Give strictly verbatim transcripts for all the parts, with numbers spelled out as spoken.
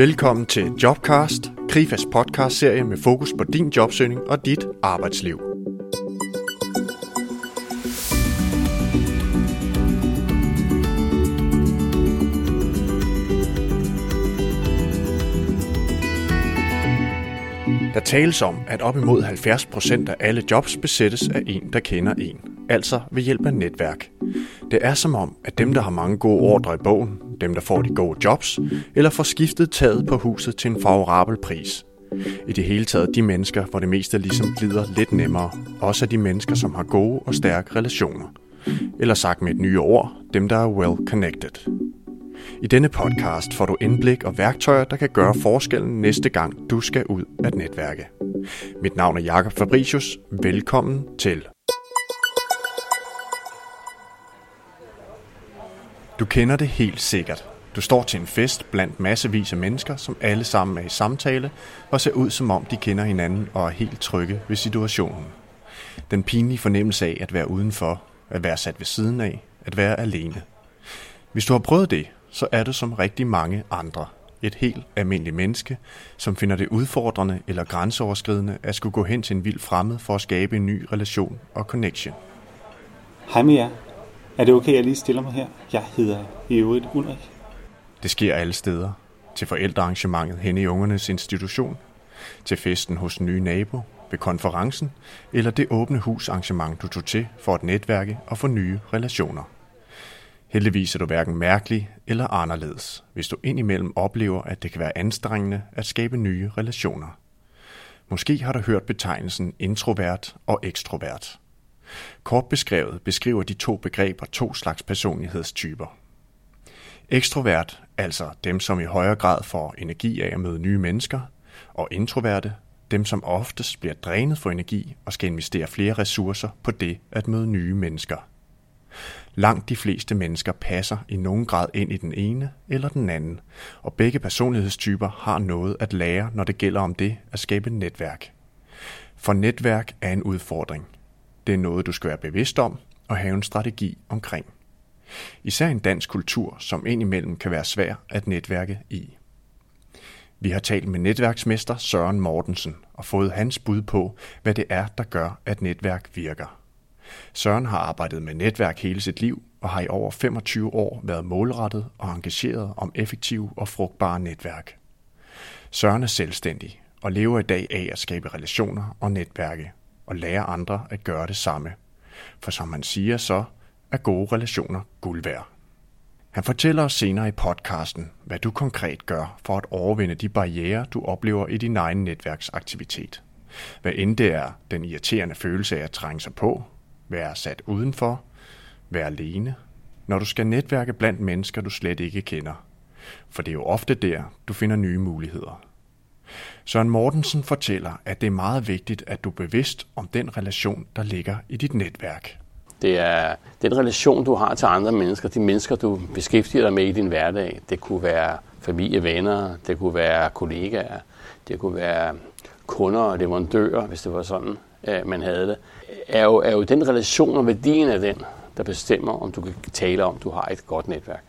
Velkommen til Jobcast, Krifas podcastserie med fokus på din jobsøgning og dit arbejdsliv. Der tales om, at op imod halvfjerds procent af alle jobs besættes af en, der kender en, altså ved hjælp af netværk. Det er som om, at dem, der har mange gode ordrer i bogen, dem, der får de gode jobs, eller får skiftet taget på huset til en favorabel pris. I det hele taget de mennesker, hvor det meste ligesom glider lidt nemmere, også de mennesker, som har gode og stærke relationer. Eller sagt med et nye ord, dem, der er well connected. I denne podcast får du indblik og værktøjer, der kan gøre forskellen næste gang, du skal ud at netværke. Mit navn er Jakob Fabricius. Velkommen til. Du kender det helt sikkert. Du står til en fest blandt massevis af mennesker, som alle sammen er i samtale og ser ud som om de kender hinanden og er helt trygge ved situationen. Den pinlige fornemmelse af at være udenfor, at være sat ved siden af, at være alene. Hvis du har prøvet det, så er du som rigtig mange andre et helt almindeligt menneske, som finder det udfordrende eller grænseoverskridende at skulle gå hen til en vild fremmed for at skabe en ny relation og connection. Hej med jer. Er det okay, at jeg lige stiller mig her? Jeg hedder i øvrigt Ulrik. Det sker alle steder. Til forældrearrangementet hen i ungernes institution, til festen hos den nye nabo, ved konferencen eller det åbne husarrangement, du tog til for at netværke og få nye relationer. Heldigvis er du hverken mærkelig eller anderledes, hvis du indimellem oplever, at det kan være anstrengende at skabe nye relationer. Måske har du hørt betegnelsen introvert og ekstrovert. Kort beskrevet beskriver de to begreber to slags personlighedstyper. Ekstrovert, altså dem, som i højere grad får energi af at møde nye mennesker, og introverte, dem, som oftest bliver drænet for energi og skal investere flere ressourcer på det at møde nye mennesker. Langt de fleste mennesker passer i nogen grad ind i den ene eller den anden, og begge personlighedstyper har noget at lære, når det gælder om det at skabe netværk. For netværk er en udfordring. Det er noget, du skal være bevidst om og have en strategi omkring. Især en dansk kultur, som indimellem kan være svær at netværke i. Vi har talt med netværksmester Søren Mortensen og fået hans bud på, hvad det er, der gør, at netværk virker. Søren har arbejdet med netværk hele sit liv og har i over femogtyve år været målrettet og engageret om effektive og frugtbare netværk. Søren er selvstændig og lever i dag af at skabe relationer og netværke og lære andre at gøre det samme. For som han siger, så er gode relationer guld værd. Han fortæller os senere i podcasten, hvad du konkret gør for at overvinde de barrierer, du oplever i din egen netværksaktivitet. Hvad end det er den irriterende følelse af at trænge sig på, være sat udenfor, være alene, når du skal netværke blandt mennesker, du slet ikke kender. For det er jo ofte der, du finder nye muligheder. Søren Mortensen fortæller, at det er meget vigtigt, at du er bevidst om den relation, der ligger i dit netværk. Det er den relation, du har til andre mennesker, de mennesker, du beskæftiger dig med i din hverdag. Det kunne være familie, venner, det kunne være kollegaer, det kunne være kunder og leverandører, hvis det var sådan, man havde det. Er jo, er jo den relation og værdien af den, der bestemmer, om du kan tale om, du har et godt netværk.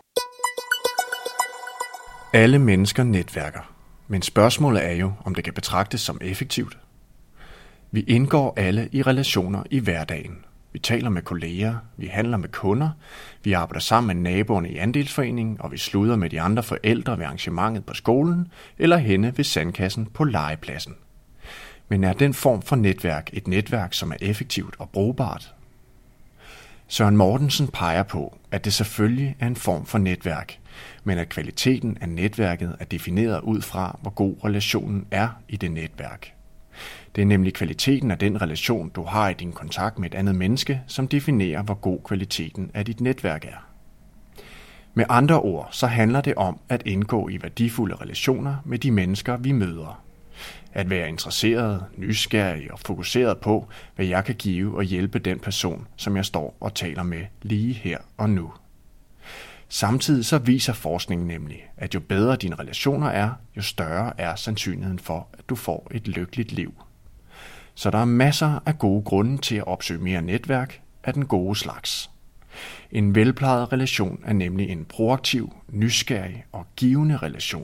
Alle mennesker netværker, men spørgsmålet er jo, om det kan betragtes som effektivt. Vi indgår alle i relationer i hverdagen. Vi taler med kolleger, vi handler med kunder, vi arbejder sammen med naboerne i andelsforeningen, og vi sluder med de andre forældre ved arrangementet på skolen eller henne ved sandkassen på legepladsen. Men er den form for netværk et netværk, som er effektivt og brugbart? Søren Mortensen peger på, at det selvfølgelig er en form for netværk, men at kvaliteten af netværket er defineret ud fra, hvor god relationen er i det netværk. Det er nemlig kvaliteten af den relation, du har i din kontakt med et andet menneske, som definerer, hvor god kvaliteten af dit netværk er. Med andre ord, så handler det om at indgå i værdifulde relationer med de mennesker, vi møder. At være interesseret, nysgerrig og fokuseret på, hvad jeg kan give og hjælpe den person, som jeg står og taler med lige her og nu. Samtidig så viser forskningen nemlig, at jo bedre dine relationer er, jo større er sandsynligheden for, at du får et lykkeligt liv. Så der er masser af gode grunde til at opsøge mere netværk af den gode slags. En velplejet relation er nemlig en proaktiv, nysgerrig og givende relation.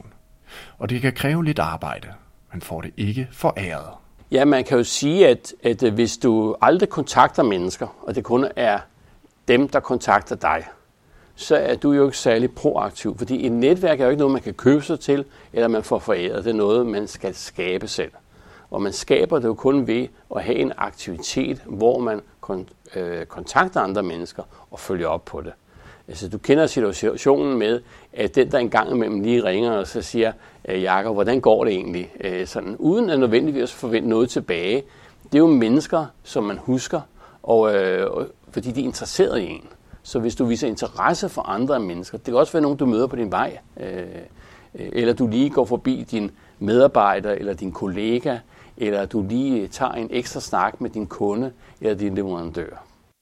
Og det kan kræve lidt arbejde. Man får det ikke foræret. Ja, man kan jo sige, at, at hvis du aldrig kontakter mennesker, og det kun er dem, der kontakter dig, så er du jo ikke særlig proaktiv. Fordi et netværk er jo ikke noget, man kan købe sig til, eller man får foræret. Det er noget, man skal skabe selv. Og man skaber det jo kun ved at have en aktivitet, hvor man kon- øh, kontakter andre mennesker og følger op på det. Altså, du kender situationen med, at den, der engang imellem lige ringer og så siger, Jakob, hvordan går det egentlig? Øh, sådan, uden at nødvendigvis forvente noget tilbage. Det er jo mennesker, som man husker, og, øh, fordi de er interesseret i en. Så hvis du viser interesse for andre mennesker, det kan også være nogen, du møder på din vej, øh, eller du lige går forbi din medarbejder eller din kollega, eller du lige tager en ekstra snak med din kunde eller din leverandør.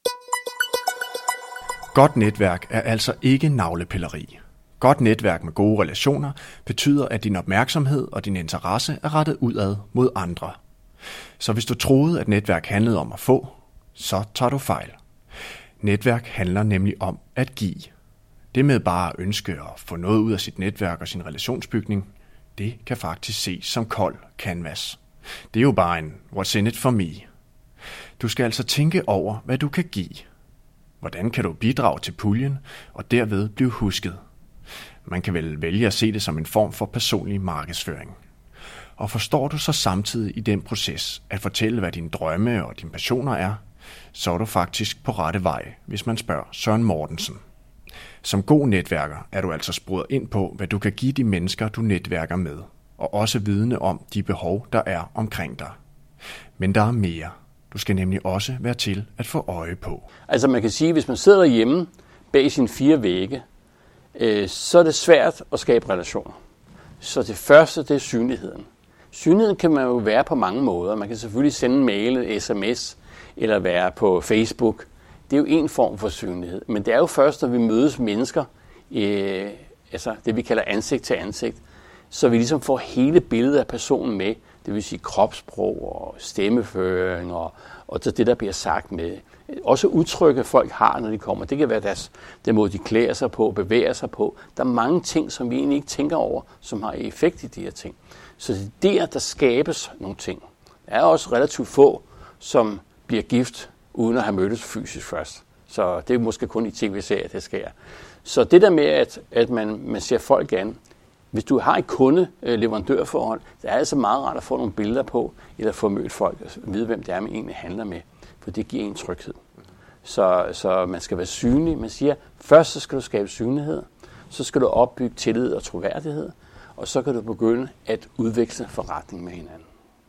Godt netværk er altså ikke navlepilleri. Godt netværk med gode relationer betyder, at din opmærksomhed og din interesse er rettet udad mod andre. Så hvis du troede, at netværk handlede om at få, så tager du fejl. Netværk handler nemlig om at give. Det med bare at ønske at få noget ud af sit netværk og sin relationsbygning, det kan faktisk ses som kold canvas. Det er jo bare en what's in it for me. Du skal altså tænke over, hvad du kan give. Hvordan kan du bidrage til puljen og derved blive husket? Man kan vel vælge at se det som en form for personlig markedsføring. Og forstår du så samtidig i den proces at fortælle, hvad dine drømme og dine passioner er, så er du faktisk på rette vej, hvis man spørger Søren Mortensen. Som god netværker er du altså sporet ind på, hvad du kan give de mennesker, du netværker med, og også vidne om de behov, der er omkring dig. Men der er mere. Du skal nemlig også være til at få øje på. Altså man kan sige, at hvis man sidder hjemme bag sine fire vægge, øh, så er det svært at skabe relationer. Så det første, det er synligheden. Synligheden kan man jo være på mange måder. Man kan selvfølgelig sende en mail, sms eller være på Facebook. Det er jo en form for synlighed. Men det er jo først, når vi mødes mennesker, øh, altså det vi kalder ansigt til ansigt, så vi ligesom får hele billedet af personen med. Det vil sige kropssprog og stemmeføring og, og det, der bliver sagt med. Også udtrykke folk har, når de kommer. Det kan være deres, den måde, de klæder sig på, bevæger sig på. Der er mange ting, som vi egentlig ikke tænker over, som har effekt i de her ting. Så det er der, der skabes nogle ting. Der er også relativt få, som bliver gift, uden at have mødtes fysisk først. Så det er måske kun i tv-serier, det sker. Så det der med, at, at man, man ser folk an, hvis du har et kunde-leverandørforhold, det er altså meget rart at få nogle billeder på, eller få mødt folk og vide, hvem det er, man egentlig handler med. For det giver en tryghed. Så, så man skal være synlig. Man siger, først så skal du skabe synlighed, så skal du opbygge tillid og troværdighed, og så kan du begynde at udveksle forretning med hinanden.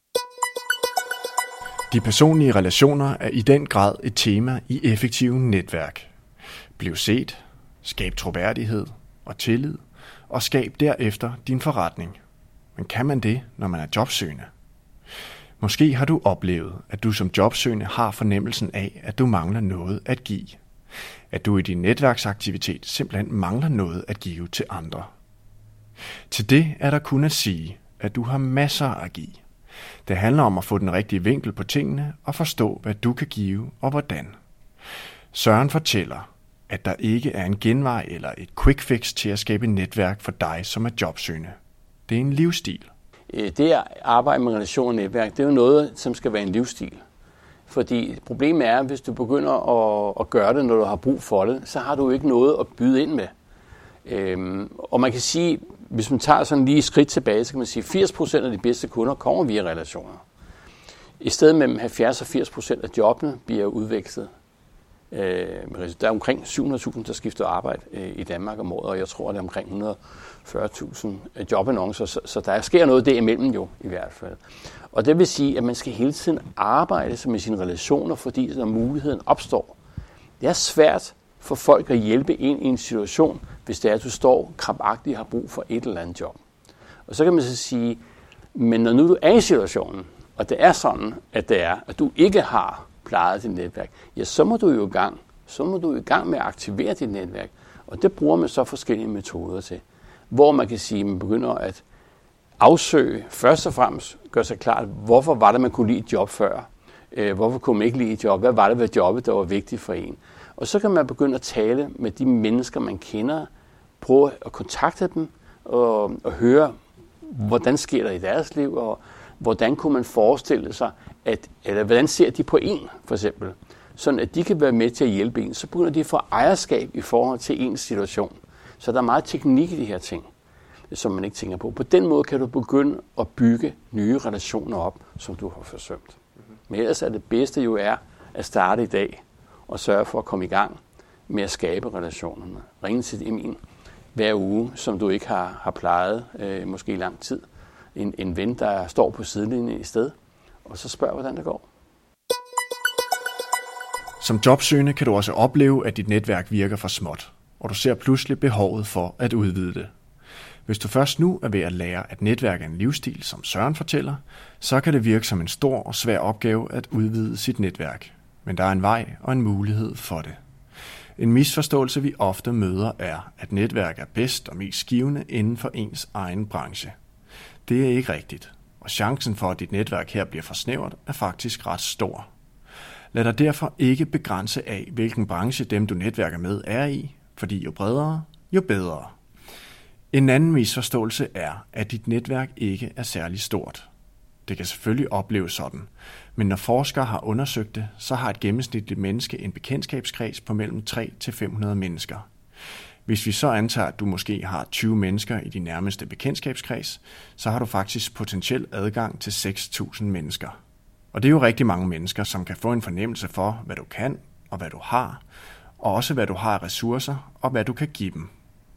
De personlige relationer er i den grad et tema i effektive netværk. Bliv set, skab troværdighed og tillid, og skab derefter din forretning. Men kan man det, når man er jobsøgende? Måske har du oplevet, at du som jobsøgende har fornemmelsen af, at du mangler noget at give. At du i din netværksaktivitet simpelthen mangler noget at give til andre. Til det er der kun at sige, at du har masser at give. Det handler om at få den rigtige vinkel på tingene og forstå, hvad du kan give og hvordan. Søren fortæller, at der ikke er en genvej eller et quick fix til at skabe netværk for dig, som er jobsøgende. Det er en livsstil. Det at arbejde med relationer og netværk, det er jo noget, som skal være en livsstil. Fordi problemet er, at hvis du begynder at, at gøre det, når du har brug for det, så har du ikke noget at byde ind med. Øhm, og man kan sige, hvis man tager sådan lige et skridt tilbage, så kan man sige, at firs procent af de bedste kunder kommer via relationer. I stedet mellem halvfjerds og firs procent af jobbene bliver udvekslet. Øh, der er omkring syv hundrede tusind, der skifter arbejde øh, i Danmark om året, og jeg tror, det er omkring et hundrede og fyrre tusind jobannoncer, så, så der sker noget derimellem jo i hvert fald. Og det vil sige, at man skal hele tiden arbejde med sine relationer, fordi når muligheden opstår. Det er svært for folk at hjælpe ind i en situation, hvis det er, at du står krampagtigt og har brug for et eller andet job. Og så kan man så sige, men når nu du er i situationen, og det er sådan, at det er, at du ikke har plejet dit netværk, ja, så må du jo i gang. Så må du i gang med at aktivere dit netværk. Og det bruger man så forskellige metoder til. Hvor man kan sige, at man begynder at afsøge, først og fremmest gøre sig klart, hvorfor var det, man kunne lide et job før? Hvorfor kunne man ikke lide et job? Hvad var det ved jobbet, der var vigtigt for en? Og så kan man begynde at tale med de mennesker, man kender, prøve at kontakte dem og, og høre, hvordan sker der i deres liv, og hvordan kunne man forestille sig, at, eller hvordan ser de på en, for eksempel, sådan at de kan være med til at hjælpe en, så begynder de at få ejerskab i forhold til ens situation. Så der er meget teknik i de her ting, som man ikke tænker på. På den måde kan du begynde at bygge nye relationer op, som du har forsømt. Men ellers er det bedste jo er at starte i dag og sørge for at komme i gang med at skabe relationerne. Ringe til en hver uge, som du ikke har, har plejet, øh, måske i lang tid. En, en ven, der står på sidelinjen i sted, og så spørg, hvordan det går. Som jobsøgende kan du også opleve, at dit netværk virker for småt, og du ser pludselig behovet for at udvide det. Hvis du først nu er ved at lære, at netværk er en livsstil, som Søren fortæller, så kan det virke som en stor og svær opgave at udvide sit netværk. Men der er en vej og en mulighed for det. En misforståelse, vi ofte møder, er, at netværk er bedst og mest givende inden for ens egen branche. Det er ikke rigtigt, og chancen for, at dit netværk her bliver for snævert, er faktisk ret stor. Lad dig derfor ikke begrænse af, hvilken branche dem, du netværker med, er i, fordi jo bredere, jo bedre. En anden misforståelse er, at dit netværk ikke er særlig stort. Det kan selvfølgelig opleves sådan, men når forskere har undersøgt det, så har et gennemsnitligt menneske en bekendtskabskreds på mellem tre hundrede til fem hundrede mennesker. Hvis vi så antager, at du måske har tyve mennesker i din nærmeste bekendtskabskreds, så har du faktisk potentiel adgang til seks tusind mennesker. Og det er jo rigtig mange mennesker, som kan få en fornemmelse for, hvad du kan og hvad du har, og også hvad du har af ressourcer og hvad du kan give dem.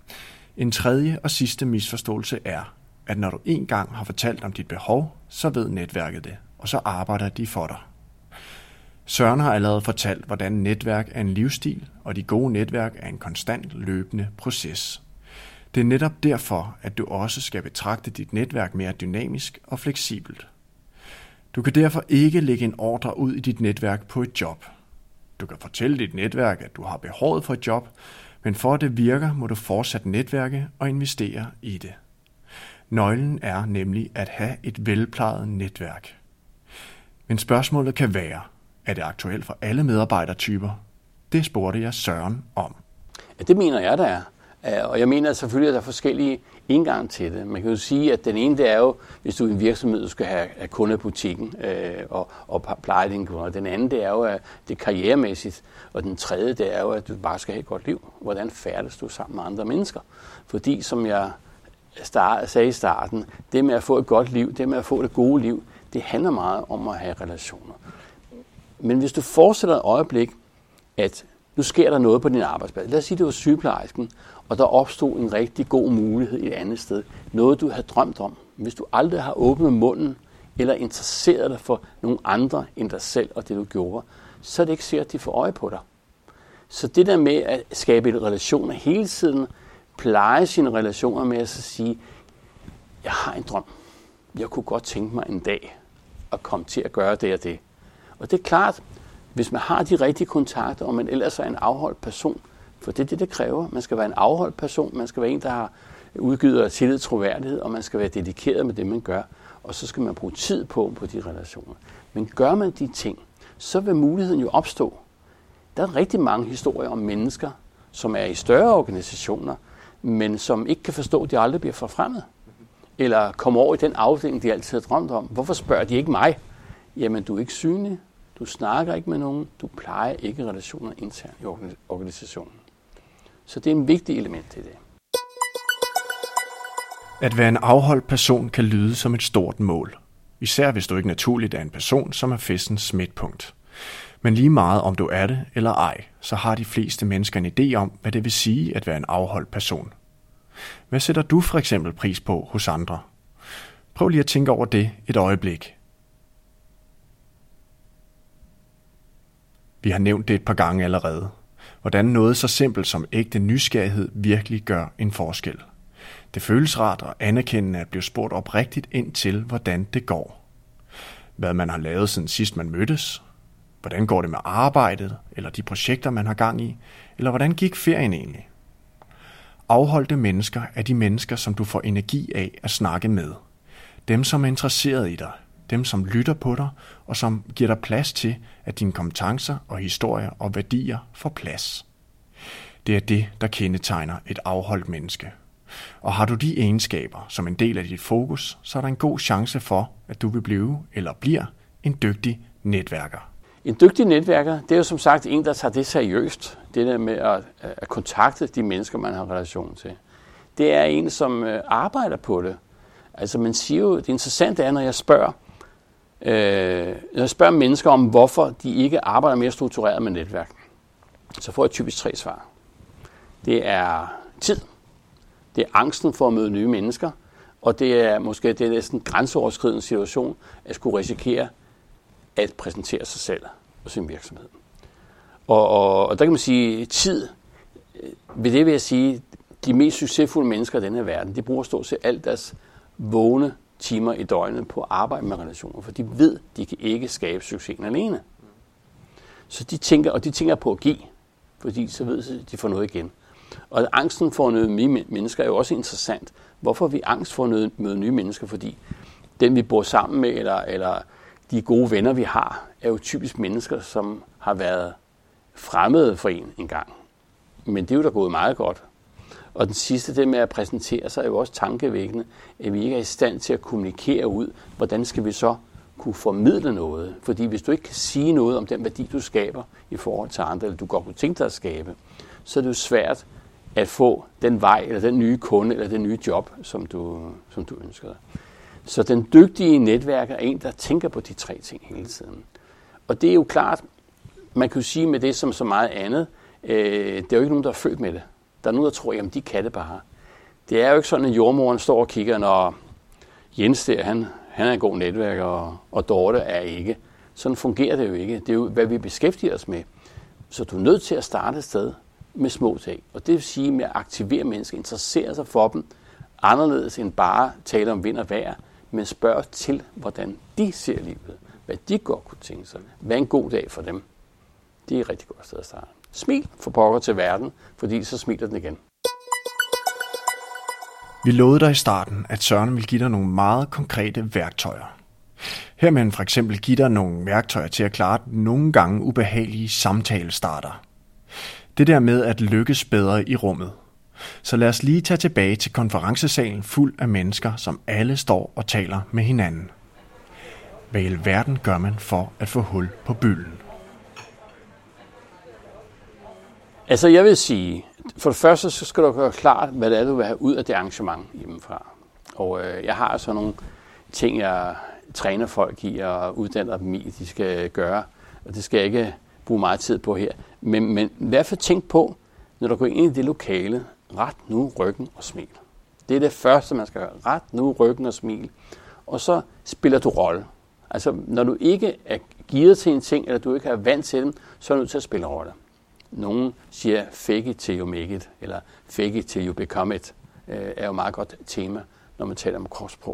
En tredje og sidste misforståelse er, at når du en gang har fortalt om dit behov, så ved netværket det, og så arbejder de for dig. Søren har allerede fortalt, hvordan netværk er en livsstil, og de gode netværk er en konstant løbende proces. Det er netop derfor, at du også skal betragte dit netværk mere dynamisk og fleksibelt. Du kan derfor ikke lægge en ordre ud i dit netværk på et job. Du kan fortælle dit netværk, at du har behovet for et job, men for at det virker, må du fortsat netværke og investere i det. Nøglen er nemlig at have et velplejet netværk. Men spørgsmålet kan være, er det aktuelt for alle medarbejdertyper? Det spurgte jeg Søren om. Ja, det mener jeg, der er. Og jeg mener selvfølgelig, at der er forskellige indgang til det. Man kan jo sige, at den ene det er jo, hvis du er en virksomhed, du skal have kunder i butikken øh, og, og pleje dine kunder. Den anden det er jo, at det er karrieremæssigt. Og den tredje det er jo, at du bare skal have et godt liv. Hvordan færdes du sammen med andre mennesker? Fordi, som jeg start, sagde i starten, det med at få et godt liv, det med at få det gode liv, det handler meget om at have relationer. Men hvis du forestiller et øjeblik, at nu sker der noget på din arbejdsplads. Lad os sige, det var sygeplejersken, og der opstod en rigtig god mulighed et andet sted. Noget, du havde drømt om. Hvis du aldrig har åbnet munden, eller interesseret dig for nogle andre end dig selv og det, du gjorde, så er det ikke sikkert, at de får øje på dig. Så det der med at skabe relationer hele tiden, pleje sine relationer med at sige, jeg har en drøm. Jeg kunne godt tænke mig en dag at komme til at gøre det og det. Og det er klart, hvis man har de rigtige kontakter, og man ellers er en afholdt person, for det er det, det kræver. Man skal være en afholdt person, man skal være en, der har udgivet tillid og troværdighed, og man skal være dedikeret med det, man gør. Og så skal man bruge tid på, på de relationer. Men gør man de ting, så vil muligheden jo opstå. Der er rigtig mange historier om mennesker, som er i større organisationer, men som ikke kan forstå, at de aldrig bliver forfremmet. Eller kommer over i den afdeling, de altid har drømt om. Hvorfor spørger de ikke mig? Jamen, du er ikke synlig. Du snakker ikke med nogen. Du plejer ikke relationer internt i organisationen. Så det er en vigtig element til det. At være en afholdt person kan lyde som et stort mål. Især hvis du ikke naturligt er en person, som er festens midtpunkt. Men lige meget om du er det eller ej, så har de fleste mennesker en idé om, hvad det vil sige at være en afholdt person. Hvad sætter du for eksempel pris på hos andre? Prøv lige at tænke over det et øjeblik. Vi har nævnt det et par gange allerede. Hvordan noget så simpelt som ægte nysgerrighed virkelig gør en forskel. Det føles rart og anerkendende at blive spurgt oprigtigt ind til, hvordan det går. Hvad man har lavet siden sidst man mødtes. Hvordan går det med arbejdet, eller de projekter man har gang i, eller hvordan gik ferien egentlig? Afholdte mennesker er de mennesker, som du får energi af at snakke med. Dem, som er interesseret i dig. Dem, som lytter på dig, og som giver dig plads til, at dine kompetencer og historier og værdier får plads. Det er det, der kendetegner et afholdt menneske. Og har du de egenskaber som en del af dit fokus, så er der en god chance for, at du vil blive eller bliver en dygtig netværker. En dygtig netværker, det er jo som sagt en, der tager det seriøst. Det der med at, at kontakte de mennesker, man har relation til. Det er en, som arbejder på det. Altså man siger jo, det interessante er, når jeg spørger, øh, når jeg spørger mennesker om, hvorfor de ikke arbejder mere struktureret med netværk, så får jeg typisk tre svar. Det er tid, det er angsten for at møde nye mennesker, og det er måske det er næsten en grænseoverskridende situation at skulle risikere at præsentere sig selv og sin virksomhed. Og, og, og der kan man sige, tid, ved det vil jeg sige, de mest succesfulde mennesker i denne her verden, de bruger stort set alt deres vågne timer i døgnet på at arbejde med relationer, for de ved, de kan ikke skabe succesen alene. Så de tænker, og de tænker på at give, fordi så ved de, at de får noget igen. Og angsten for at møde nye mennesker er jo også interessant. Hvorfor er vi angst for at møde nye mennesker? Fordi dem, vi bor sammen med, eller, eller de gode venner, vi har, er jo typisk mennesker, som har været fremmede for en engang. Men det er jo da gået meget godt. Og den sidste, det med at præsentere sig, er jo også tankevækkende, at vi ikke er i stand til at kommunikere ud. Hvordan skal vi så kunne formidle noget? Fordi hvis du ikke kan sige noget om den værdi, du skaber i forhold til andre, eller du godt kunne tænke dig at skabe, så er det jo svært at få den vej, eller den nye kunde, eller den nye job, som du, som du ønsker dig. Så den dygtige netværker er en, der tænker på de tre ting hele tiden. Og det er jo klart, man kan jo sige med det som så meget andet, øh, det er jo ikke nogen, der er født med det. Der er nogen, der tror, jamen de kan det bare. Det er jo ikke sådan, at jordmoren står og kigger, når Jens der, han, han er en god netværker, og, og Dorte er ikke. Sådan fungerer det jo ikke. Det er jo, hvad vi beskæftiger os med. Så du er nødt til at starte et sted med små ting. Og det vil sige med at aktivere mennesker, interessere sig for dem, anderledes end bare tale om vind og vejr, men spørge til, hvordan de ser livet, hvad de godt kunne tænke sig, hvad er en god dag for dem. Det er et rigtig godt sted at starte. Smil for pokker til verden, fordi så smiler den igen. Vi lovede dig i starten, at Søren vil give dig nogle meget konkrete værktøjer. Her vil han for eksempel give dig nogle værktøjer til at klare nogle gange ubehagelige samtalestarter. Det der med at lykkes bedre i rummet. Så lad os lige tage tilbage til konferencesalen fuld af mennesker, som alle står og taler med hinanden. Hvad i alverden gør man for at få hul på bylden? Altså jeg vil sige, for det første så skal du gøre klart, hvad det er, du vil have ud af det arrangement hjemmefra. Og øh, jeg har altså nogle ting, jeg træner folk i og uddanner dem i, de skal gøre. Og det skal jeg ikke bruge meget tid på her. Men, men i hvert fald tænk på, når du går ind i det lokale, ret nu ryggen og smil. Det er det første, man skal gøre. Ret nu ryggen og smil. Og så spiller du rolle. Altså når du ikke er gearet til en ting, eller du ikke er vant til den, så er du nødt til at spille rolle. Nogen siger fake it till you make it, eller fake it till you become it, øh, er jo meget godt tema, når man taler om kropssprog.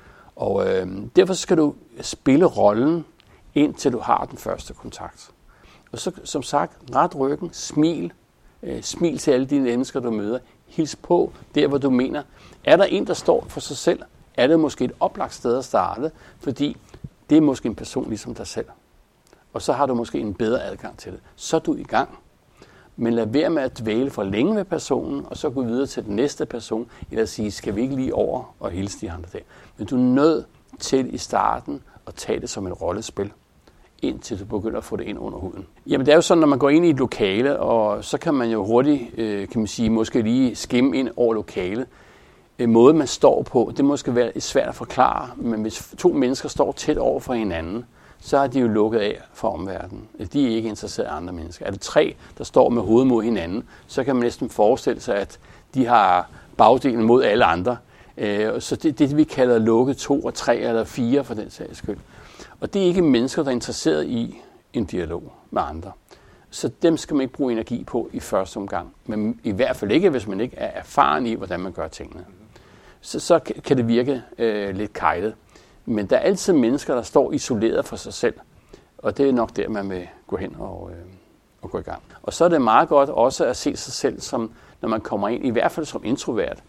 Og øh, derfor skal du spille rollen, indtil du har den første kontakt. Og så, som sagt, ret ryggen, smil, øh, smil til alle de mennesker, du møder, hils på der, hvor du mener. Er der en, der står for sig selv, er det måske et oplagt sted at starte, fordi det er måske en person ligesom dig selv. Og så har du måske en bedre adgang til det. Så er du i gang. Men lad være med at dvæle for længe med personen, og så gå videre til den næste person, eller sige, skal vi ikke lige over og hilse de andre der. Men du er nødt til i starten at tage det som et rollespil, indtil du begynder at få det ind under huden. Jamen det er jo sådan, når man går ind i et lokale, og så kan man jo hurtigt, øh, kan man sige, måske lige skimme ind over lokalet. En måde, man står på, det måske være svært at forklare, men hvis to mennesker står tæt over for hinanden, så er de jo lukket af for omverdenen. De er ikke interesseret i andre mennesker. Er det tre, der står med hovedet mod hinanden, så kan man næsten forestille sig, at de har bagdelen mod alle andre. Så det er det, vi kalder lukket to og tre eller fire for den sags skyld. Og det er ikke mennesker, der er interesseret i en dialog med andre. Så dem skal man ikke bruge energi på i første omgang. Men i hvert fald ikke, hvis man ikke er erfaren i, hvordan man gør tingene. Så, så kan det virke øh, lidt kejlet. Men der er altid mennesker, der står isoleret for sig selv. Og det er nok der, man vil gå hen og, øh, og gå i gang. Og så er det meget godt også at se sig selv, som, når man kommer ind, i hvert fald som introvert,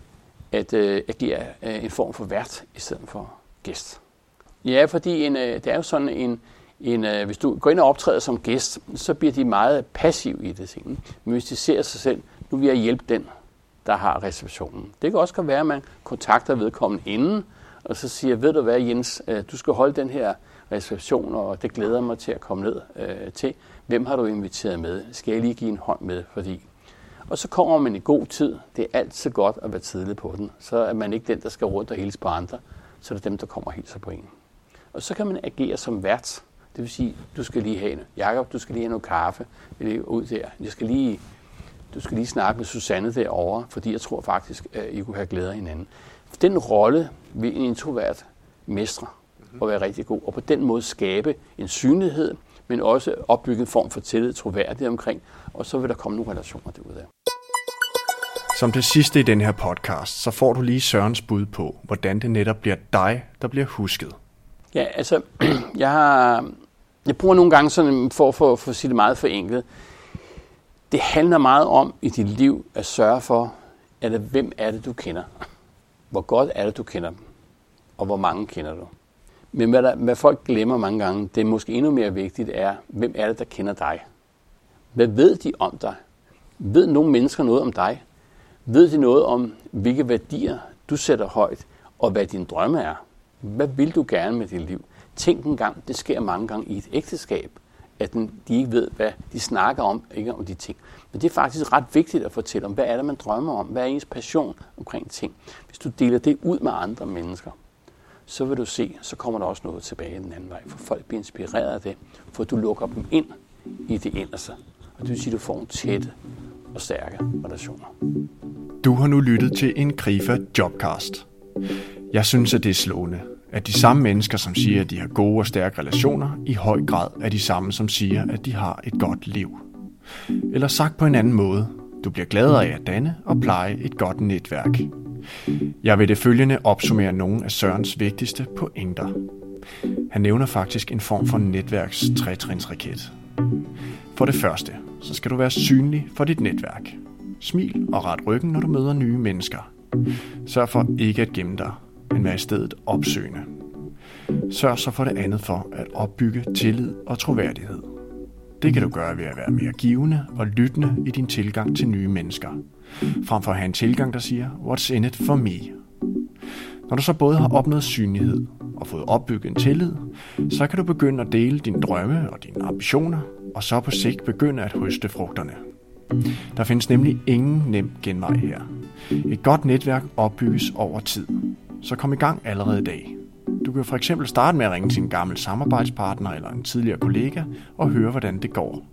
at øh, agere øh, en form for vært i stedet for gæst. Ja, fordi en, øh, det er jo sådan en, en øh, hvis du går ind og optræder som gæst, så bliver de meget passive i det ting. Men hvis de ser sig selv, nu vil jeg hjælpe den, der har receptionen. Det kan også være, at man kontakter vedkommende inden, og så siger, ved du hvad, Jens, du skal holde den her reception, og det glæder mig til at komme ned øh, til. Hvem har du inviteret med? Skal jeg lige give en hånd med? Fordi... Og så kommer man i god tid. Det er altid godt at være tidlig på den. Så er man ikke den, der skal rundt og hilse på andre. Så er det dem, der kommer og hilser på en. Og så kan man agere som vært. Det vil sige, du skal lige have, Jakob, du skal lige have noget kaffe ud der. Jeg skal lige, du skal lige snakke med Susanne derovre, fordi jeg tror faktisk, at I kunne have glæde af hinanden. Den rolle vil en introvert mestre og være rigtig god, og på den måde skabe en synlighed, men også opbygge en form for tillid, troværdighed omkring, og så vil der komme nogle relationer derudaf. Som det sidste i den her podcast, så får du lige Sørens bud på, hvordan det netop bliver dig, der bliver husket. Ja, altså, jeg har, jeg bruger nogle gange sådan, for, for, for at sige det meget forenklet, det handler meget om i dit liv at sørge for, at hvem er det, du kender? Hvor godt er det, du kender dem? Og hvor mange kender du? Men hvad, der, hvad folk glemmer mange gange, det er måske endnu mere vigtigt, er, hvem er det, der kender dig? Hvad ved de om dig? Ved nogle mennesker noget om dig? Ved de noget om, hvilke værdier du sætter højt, og hvad dine drømme er? Hvad vil du gerne med dit liv? Tænk en gang, det sker mange gange i et ægteskab, at de ikke ved, hvad de snakker om, ikke om de ting. Men det er faktisk ret vigtigt at fortælle om, hvad er det, man drømmer om? Hvad er ens passion omkring ting? Hvis du deler det ud med andre mennesker, så vil du se, så kommer der også noget tilbage den anden vej. For folk bliver inspireret af det, for du lukker dem ind i det inderste. Og det vil sige, at du får en tætte og stærke relationer. Du har nu lyttet til en Krifa Jobcast. Jeg synes, at det er slående, at de samme mennesker, som siger, at de har gode og stærke relationer, i høj grad er de samme, som siger, at de har et godt liv. Eller sagt på en anden måde, du bliver gladere af at danne og pleje et godt netværk. Jeg vil det følgende opsummere nogle af Sørens vigtigste pointer. Han nævner faktisk en form for netværks tretrinsraket. For det første, så skal du være synlig for dit netværk. Smil og ret ryggen, når du møder nye mennesker. Sørg for ikke at gemme dig, men vær i stedet opsøgende. Sørg så for det andet for at opbygge tillid og troværdighed. Det kan du gøre ved at være mere givende og lyttende i din tilgang til nye mennesker, frem for at have en tilgang, der siger, what's in it for me? Når du så både har opnået synlighed og fået opbygget en tillid, så kan du begynde at dele dine drømme og dine ambitioner, og så på sigt begynde at høste frugterne. Der findes nemlig ingen nem genvej her. Et godt netværk opbygges over tid. Så kom i gang allerede i dag. Du kan for eksempel starte med at ringe til en gammel samarbejdspartner eller en tidligere kollega og høre, hvordan det går.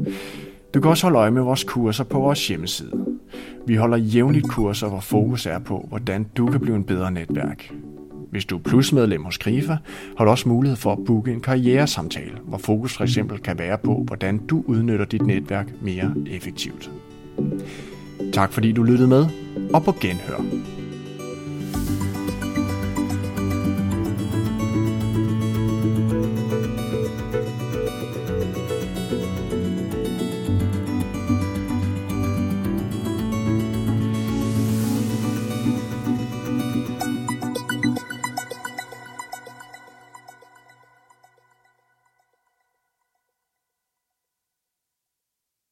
Du kan også holde øje med vores kurser på vores hjemmeside. Vi holder jævnligt kurser, hvor fokus er på, hvordan du kan blive en bedre netværk. Hvis du er plusmedlem hos Krifa, har du også mulighed for at booke en karrieresamtale, hvor fokus for eksempel kan være på, hvordan du udnytter dit netværk mere effektivt. Tak fordi du lyttede med, og på genhør.